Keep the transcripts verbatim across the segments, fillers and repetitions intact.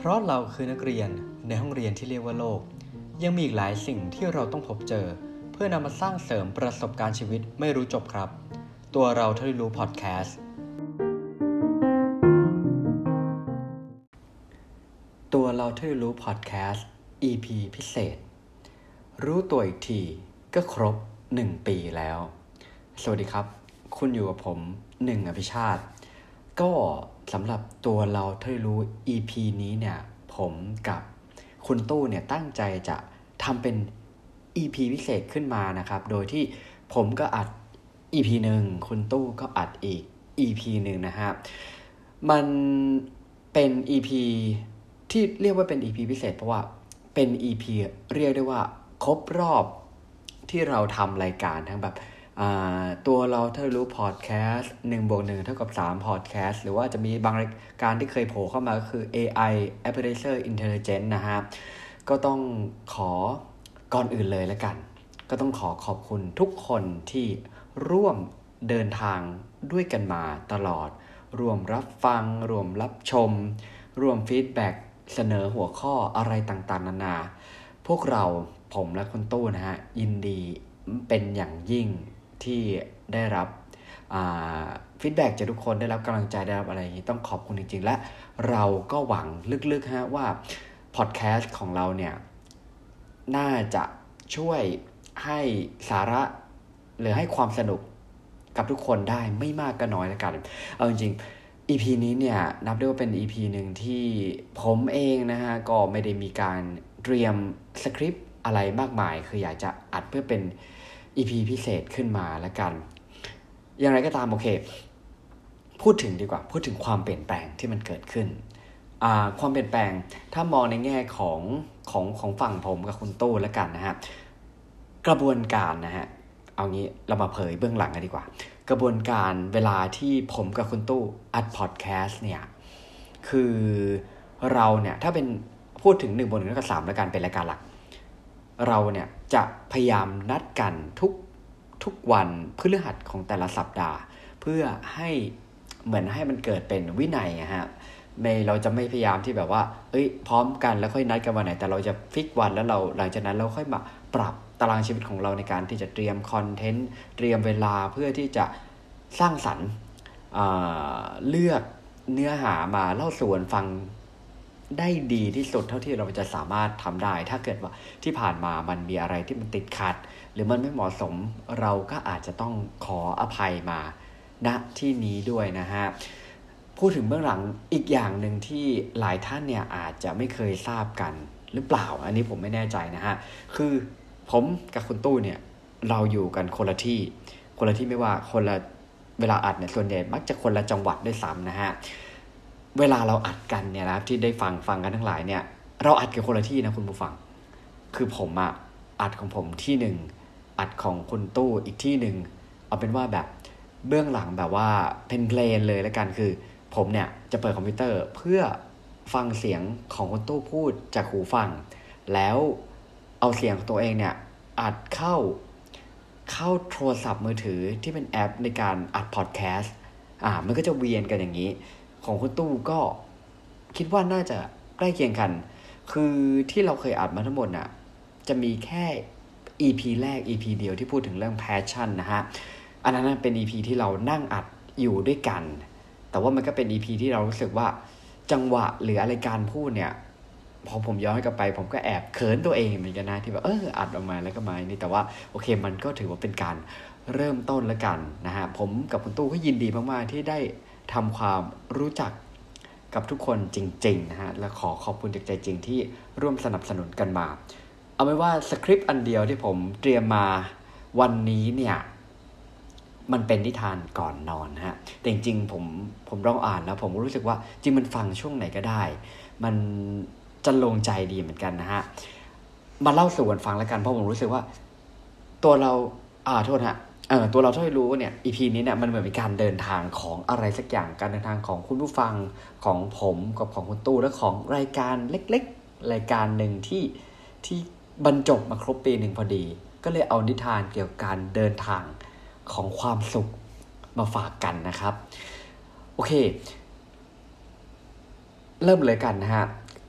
เพราะเราคือนักเรียนในห้องเรียนที่เรียกว่าโลกยังมีอีกหลายสิ่งที่เราต้องพบเจอเพื่อนำมาสร้างเสริมประสบการณ์ชีวิตไม่รู้จบครับตัวเราเท่าที่รู้พอดแคสต์ตัวเราเท่าที่รู้พอดแคสต์ อี พี พิเศษรู้ตัวอีกทีก็ครบหนึ่งปีแล้วสวัสดีครับคุณอยู่กับผมหนึ่งอภิชาติก็สำหรับตัวเราเท่าที่รู้ อี พี นี้เนี่ยผมกับคุณตู้เนี่ยตั้งใจจะทำเป็น อี พี พิเศษขึ้นมานะครับโดยที่ผมก็อัด อี พี หนึ่งคุณตู้ก็อัดอีก อี พี หนึ่งนะฮะมันเป็น อี พี ที่เรียกว่าเป็น อี พี พิเศษเพราะว่าเป็น อี พี เรียกได้ว่าครบรอบที่เราทำรายการทั้งแบบตัวเราเท่ารู้พอดแคสต์หนึ่งบวกหนึ่งเท่ากับสามพอดแคสต์หรือว่าจะมีบางรายการที่เคยโผล่เข้ามาก็คือ เอ ไอ Appetizer Intelligence นะฮะก็ต้องขอก่อนอื่นเลยแล้วกันก็ต้องขอขอบคุณทุกคนที่ร่วมเดินทางด้วยกันมาตลอดร่วมรับฟังร่วมรับชมร่วมฟีดแบ็กเสนอหัวข้ออะไรต่างๆนานาพวกเราผมและคุณตู้นะฮะยินดีเป็นอย่างยิ่งที่ได้รับฟีดแบ็กจากทุกคนได้รับกำลังใจได้รับอะไรอย่างนี้ต้องขอบคุณจริงๆและเราก็หวังลึกๆฮะว่าพอดแคสต์ของเราเนี่ยน่าจะช่วยให้สาระหรือให้ความสนุกกับทุกคนได้ไม่มากก็น้อยแล้วกันเอาจริงๆ อี พี นี้เนี่ยนับได้ว่าเป็น อี พี หนึ่งที่ผมเองนะฮะก็ไม่ได้มีการเตรียมสคริปต์อะไรมากมายคืออยากจะอัดเพื่อเป็น อี พี พิเศษขึ้นมาแล้วกันอย่างไรก็ตามโอเคพูดถึงดีกว่าพูดถึงความเปลี่ยนแปลงที่มันเกิดขึ้นความเปลี่ยนแปลงถ้ามองในแง่ของของของฝั่งผมกับคุณตู้แล้วกันนะฮะกระบวนการนะฮะเอางี้เรามาเผยเบื้องหลังกันดีกว่ากระบวนการเวลาที่ผมกับคุณตู้อัดพอดแคสต์เนี่ยคือเราเนี่ยถ้าเป็นพูดถึงหนึ่งบนหนึ่งแล้วก็สามแล้วกันเป็นรายการหลักเราเนี่ยจะพยายามนัดกันทุกทุกวันพฤหัสของแต่ละสัปดาห์เพื่อให้เหมือนให้มันเกิดเป็นวินัยนะฮะไม่เราจะไม่พยายามที่แบบว่าเอ้ยพร้อมกันแล้วค่อยนัดกันวันไหนแต่เราจะฟิกวันแล้วเราหลังจากนั้นเราค่อยมาปรับตารางชีวิตของเราในการที่จะเตรียมคอนเทนต์เตรียมเวลาเพื่อที่จะสร้างสรรค์เลือกเนื้อหามาเล่าสู่กันฟังได้ดีที่สุดเท่าที่เราจะสามารถทำได้ถ้าเกิดว่าที่ผ่านมามันมีอะไรที่มันติดขัดหรือมันไม่เหมาะสมเราก็อาจจะต้องขออภัยมาณที่นี้ด้วยนะฮะพูดถึงเบื้องหลังอีกอย่างหนึ่งที่หลายท่านเนี่ยอาจจะไม่เคยทราบกันหรือเปล่าอันนี้ผมไม่แน่ใจนะฮะคือผมกับคุณตู้เนี่ยเราอยู่กันคนละที่คนละที่ไม่ว่าคนละเวลาอัดเนี่ยส่วนใหญ่มักจะคนละจังหวัดด้วยซ้ำนะฮะเวลาเราอัดกันเนี่ยนะที่ได้ฟังฟังกันทั้งหลายเนี่ยเราอัดกันคนละที่นะคุณผู้ฟังคือผมอ่ะอัดของผมที่หนึ่งอัดของคุณตู้อีกที่หนึ่งเอาเป็นว่าแบบเบื้องหลังแบบว่าเพลนๆเลยแล้วกันคือผมเนี่ยจะเปิดคอมพิวเตอร์เพื่อฟังเสียงของคุณตู้พูดจากหูฟังแล้วเอาเสียงของตัวเองเนี่ยอัดเข้าเข้าโทรศัพท์มือถือที่เป็นแอปในการอัดพอดแคสต์อ่ามันก็จะเวียนกันอย่างนี้ของคุณตู้ก็คิดว่าน่าจะใกล้เคียงกันคือที่เราเคยอัดมาทั้งหมดน่ะจะมีแค่ อี พี แรก อี พี เดียวที่พูดถึงเรื่อง passion นะฮะอันนั้นเป็น อี พี ที่เรานั่งอัดอยู่ด้วยกันแต่ว่ามันก็เป็น อี พี ที่เรารู้สึกว่าจังหวะหรืออะไรการพูดเนี่ยพอผมย้อนกลับไปผมก็แอบเขินตัวเองเหมือนกันนะที่แบบเอออัดออกมาแล้วก็มานี่แต่ว่าโอเคมันก็ถือว่าเป็นการเริ่มต้นแล้วกันนะฮะผมกับคุณตู้ก็ยินดีมากๆที่ได้ทำความรู้จักกับทุกคนจริงๆนะฮะและขอขอบคุณจากใจจริงที่ร่วมสนับสนุนกันมาเอาไว้ว่าสคริปต์อันเดียวที่ผมเตรียมมาวันนี้เนี่ยมันเป็นนิทานก่อนนอนฮะแต่จริงๆผมผมลองอ่านแล้วผมรู้สึกว่าจริงมันฟังช่วงไหนก็ได้มันจะลงใจดีเหมือนกันนะฮะมาเล่าสู่กันฟังแล้วกันเพราะผมรู้สึกว่าตัวเราอ่าโทษฮะเออตัวเราเท่าที่รู้เนี่ย อี พี นี้เนี่ยมันเหมือนเป็นการเดินทางของอะไรสักอย่างการเดินทางของคุณผู้ฟังของผมกับของคุณตู้และของรายการเล็กๆรายการหนึ่งที่ที่บรรจบมาครบปีหนึ่งพอดีก็เลยเอานิทานเกี่ยวกับการเดินทางของความสุขมาฝากกันนะครับโอเคเริ่มเลยกันนะฮะ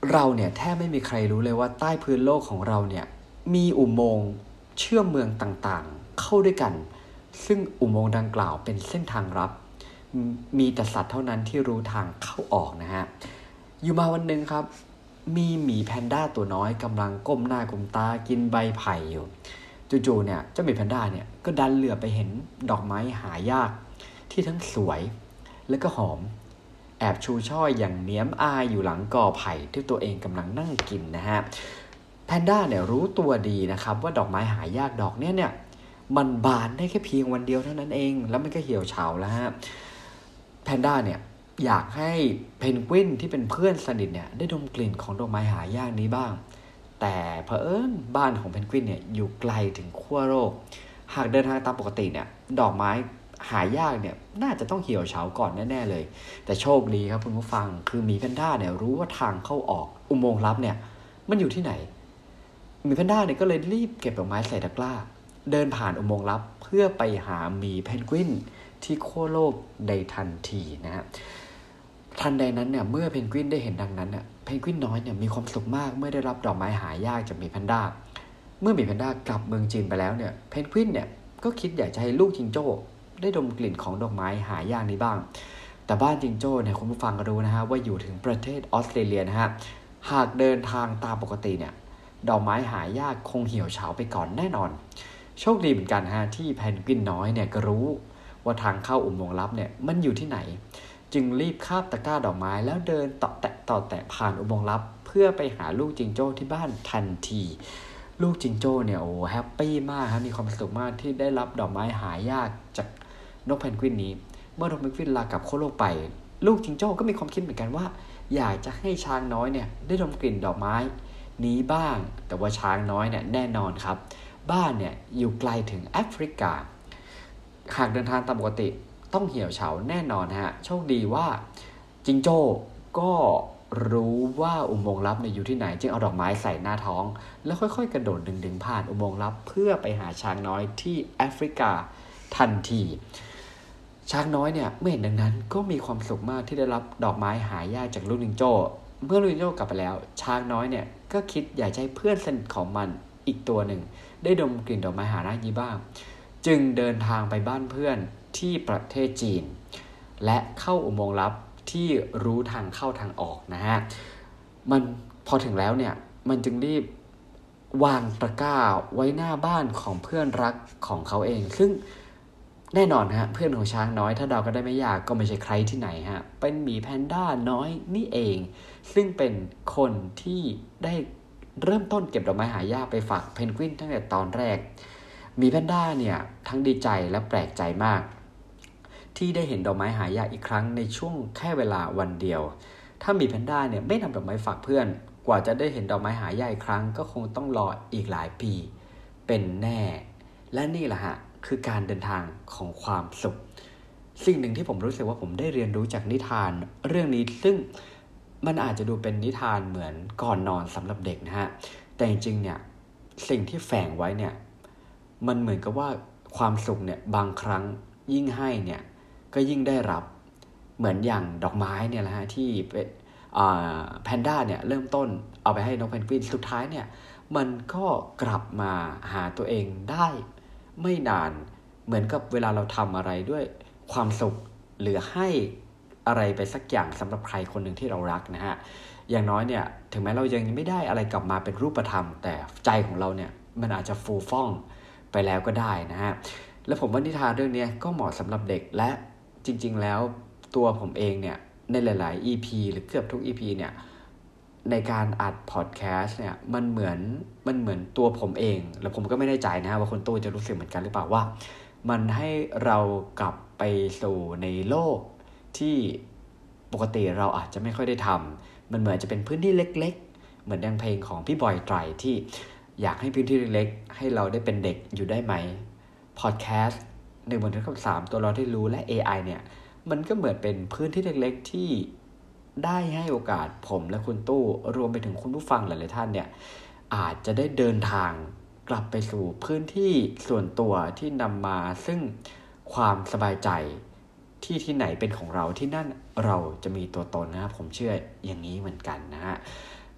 เราเนี่ยแทบไม่มีใครรู้เลยว่าใต้พื้นโลกของเราเนี่ยมีอุโมงค์เชื่อมเมืองต่างๆเข้าด้วยกันซึ่งอุโมงค์ดังกล่าวเป็นเส้นทางลับมีแต่สัตว์เท่านั้นที่รู้ทางเข้าออกนะฮะอยู่มาวันหนึ่งครับมีหมีแพนด้าตัวน้อยกำลังก้มหน้าก้มตากินใบไผ่อยู่จู่ๆเนี่ยเจ้าหมีแพนด้าเนี่ยก็ดันเหลือบไปเห็นดอกไม้หายากที่ทั้งสวยและก็หอมแอบชูช่ออย่างเนี๊ยมอายอยู่หลังกอไผ่ที่ตัวเองกำลังนั่งกินนะฮะแพนด้าเนี่ยรู้ตัวดีนะครับว่าดอกไม้หายากดอกเนี้ยเนี่ยมันบานได้แค่เพียงวันเดียวเท่านั้นเองแล้วมันก็เหี่ยวเฉาแล้วฮะแพนด้าเนี่ยอยากให้เพนกวินที่เป็นเพื่อนสนิทเนี่ยได้ดมกลิ่นของดอกไม้หายากนี้บ้างแต่เผอิญบ้านของเพนกวินเนี่ยอยู่ไกลถึงขั้วโลกหากเดินทางตามปกติเนี่ยดอกไม้หายากเนี่ยน่าจะต้องเหี่ยวเฉาก่อนแน่ๆเลยแต่โชคดีครับคุณผู้ฟังคือหมีแพนด้าเนี่ยรู้ว่าทางเข้าออกอุโมงค์ลับเนี่ยมันอยู่ที่ไหนหมีแพนด้าเนี่ยก็เลยรีบเก็บดอกไม้ใส่ตะกร้าเดินผ่านอุโมงค์ลับเพื่อไปหาหมีเพนกวินที่ขั้วโลกในทันทีนะฮะทันใดนั้นเนี่ยเมื่อเพนกวินได้เห็นดังนั้นเนี่ยเพนกวินน้อยเนี่ยมีความสุขมากเมื่อได้รับดอกไม้หายากจากหมีแพนด้าเมื่อหมีแพนด้ากลับเมืองจีนไปแล้วเนี่ยเพนกวินเนี่ยก็คิดอยากจะให้ลูกจิงโจ้ได้ดมกลิ่นของดอกไม้หายากนี้บ้างแต่บ้านจิงโจ้เนี่ยคุณผู้ฟังก็รู้นะฮะว่าอยู่ถึงประเทศออสเตรเลียนะฮะหากเดินทางตามปกติเนี่ยดอกไม้หายากคงเหี่ยวเฉาไปก่อนแน่นอนโชคดีเหมือนกันฮะที่เพนกวินน้อยเนี่ยก็รู้ว่าทางเข้าอุโมงค์ลับเนี่ยมันอยู่ที่ไหนจึงรีบคาบตะกร้าดอกไม้แล้วเดินต่อแตะต่อแตะผ่านอุโมงค์ลับเพื่อไปหาลูกจิงโจ้ที่บ้านทันทีลูกจิงโจ้เนี่ยโอ้แฮปปี้มากครับมีความสุขมากที่ได้รับดอกไม้หายากจากนกเพนกวินนี้เมื่อนกเพนกวินลากลับโคโลกไปลูกจิงโจ้ก็มีความคิดเหมือนกันว่าอยากจะให้ช้างน้อยเนี่ยได้ดมกลิ่นดอกไม้นี้บ้างแต่ว่าช้างน้อยเนี่ยแน่นอนครับบ้านเนี่ยอยู่ไกลถึงแอฟริกาหากเดินทางตามปกติต้องเหี่ยวเฉาแน่นอนฮะโชคดีว่าจิงโจ้ก็รู้ว่าอุโมงค์ลับเนี่ยอยู่ที่ไหนจึงเอาดอกไม้ใส่หน้าท้องแล้วค่อยๆกระโดดดึงๆผ่านอุโมงค์ลับเพื่อไปหาช้างน้อยที่แอฟริกาทันทีช้างน้อยเนี่ยเมื่อเห็นดังนั้นก็มีความสุขมากที่ได้รับดอกไม้หายากจากลูกจิงโจ้เมื่อลูกจิงโจ้กลับไปแล้วช้างน้อยเนี่ยก็คิดอยากให้เพื่อนสนิทของมันอีกตัวหนึ่งได้ดมกลิ่นดอกไม้หายากนี้บ้างจึงเดินทางไปบ้านเพื่อนที่ประเทศจีนและเข้าอุโมงค์ลับที่รู้ทางเข้าทางออกนะฮะมันพอถึงแล้วเนี่ยมันจึงรีบวางตะกร้าไว้หน้าบ้านของเพื่อนรักของเขาเองซึ่งแน่นอนฮะเพื่อนของช้างน้อยถ้าเดาก็ได้ไม่ยากก็ไม่ใช่ใครที่ไหนฮะเป็นหมีแพนด้าน้อยนี่เองซึ่งเป็นคนที่ได้เริ่มต้นเก็บดอกไม้หายากไปฝากเพนกวินตั้งแต่ตอนแรกหมีแพนด้าเนี่ยทั้งดีใจและแปลกใจมากที่ได้เห็นดอกไม้หายากอีกครั้งในช่วงแค่เวลาวันเดียวถ้าหมีแพนด้าเนี่ยไม่นำดอกไม้ฝากเพื่อนกว่าจะได้เห็นดอกไม้หายากอีกครั้งก็คงต้องรออีกหลายปีเป็นแน่และนี่แหละฮะคือการเดินทางของความสุขสิ่งหนึ่งที่ผมรู้สึกว่าผมได้เรียนรู้จากนิทานเรื่องนี้ซึ่งมันอาจจะดูเป็นนิทานเหมือนก่อนนอนสำหรับเด็กนะฮะแต่จริงๆเนี่ยสิ่งที่แฝงไว้เนี่ยมันเหมือนกับว่าความสุขเนี่ยบางครั้งยิ่งให้เนี่ยก็ยิ่งได้รับเหมือนอย่างดอกไม้เนี่ยแหละฮะที่แพนด้าเนี่ยเริ่มต้นเอาไปให้นกเพนกวินสุดท้ายเนี่ยมันก็กลับมาหาตัวเองได้ไม่นานเหมือนกับเวลาเราทำอะไรด้วยความสุขหรือให้อะไรไปสักอย่างสำหรับใครคนหนึ่งที่เรารักนะฮะอย่างน้อยเนี่ยถึงแม้เรายังไม่ได้อะไรกลับมาเป็นรูปธรรมแต่ใจของเราเนี่ยมันอาจจะฟูฟ่องไปแล้วก็ได้นะฮะและผมว่านิทานเรื่องนี้ก็เหมาะสำหรับเด็กและจริงๆแล้วตัวผมเองเนี่ยในหลายๆ อี พี หรือเกือบทุก อี พี เนี่ยในการอัดพอดแคสต์เนี่ยมันเหมือนมันเหมือนตัวผมเองแล้วผมก็ไม่แน่ใจนะฮะว่าคนตู้จะรู้สึกเหมือนกันหรือเปล่าว่ามันให้เรากลับไปสู่ในโลกที่ปกติเราอาจจะไม่ค่อยได้ทำมันเหมือนจะเป็นพื้นที่เล็กๆเหมือนดังเพลงของพี่บอยไตรที่อยากให้พื้นที่เล็กๆให้เราได้เป็นเด็กอยู่ได้ไหมพอดแคสต์ในบนทึกคำสามตัวเราที่รู้และ เอ ไอ เนี่ยมันก็เหมือนเป็นพื้นที่เล็กๆที่ได้ให้โอกาสผมและคุณตู้รวมไปถึงคุณผู้ฟังหลายๆท่านเนี่ยอาจจะได้เดินทางกลับไปสู่พื้นที่ส่วนตัวที่นำมาซึ่งความสบายใจที่ที่ไหนเป็นของเราที่นั่นเราจะมีตัวตนนะครับผมเชื่ออย่างนี้เหมือนกันนะฮะ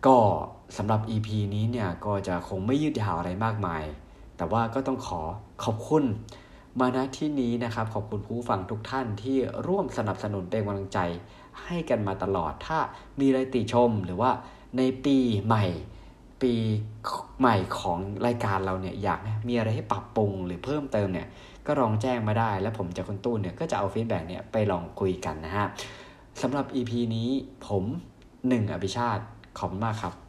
ก็สำหรับ อี พี นี้เนี่ยก็จะคงไม่ยืดยาวอะไรมากมายแต่ว่าก็ต้องขอขอบคุณมาณที่นี้นะครับขอบคุณผู้ฟังทุกท่านที่ร่วมสนับสนุนเป็นกำลังใจให้กันมาตลอดถ้ามีอะไรติชมหรือว่าในปีใหม่ปีใหม่ของรายการเราเนี่ยอยากมีอะไรให้ปรับปรุงหรือเพิ่มเติมเนี่ยก็ลองแจ้งมาได้และผมจะคุณตู้นเนี่ยก็จะเอาฟีดแบ็กเนี่ยไปลองคุยกันนะฮะสำหรับ อี พี นี้ผมหนึ่งอภิชาติขอบคุณมากครับ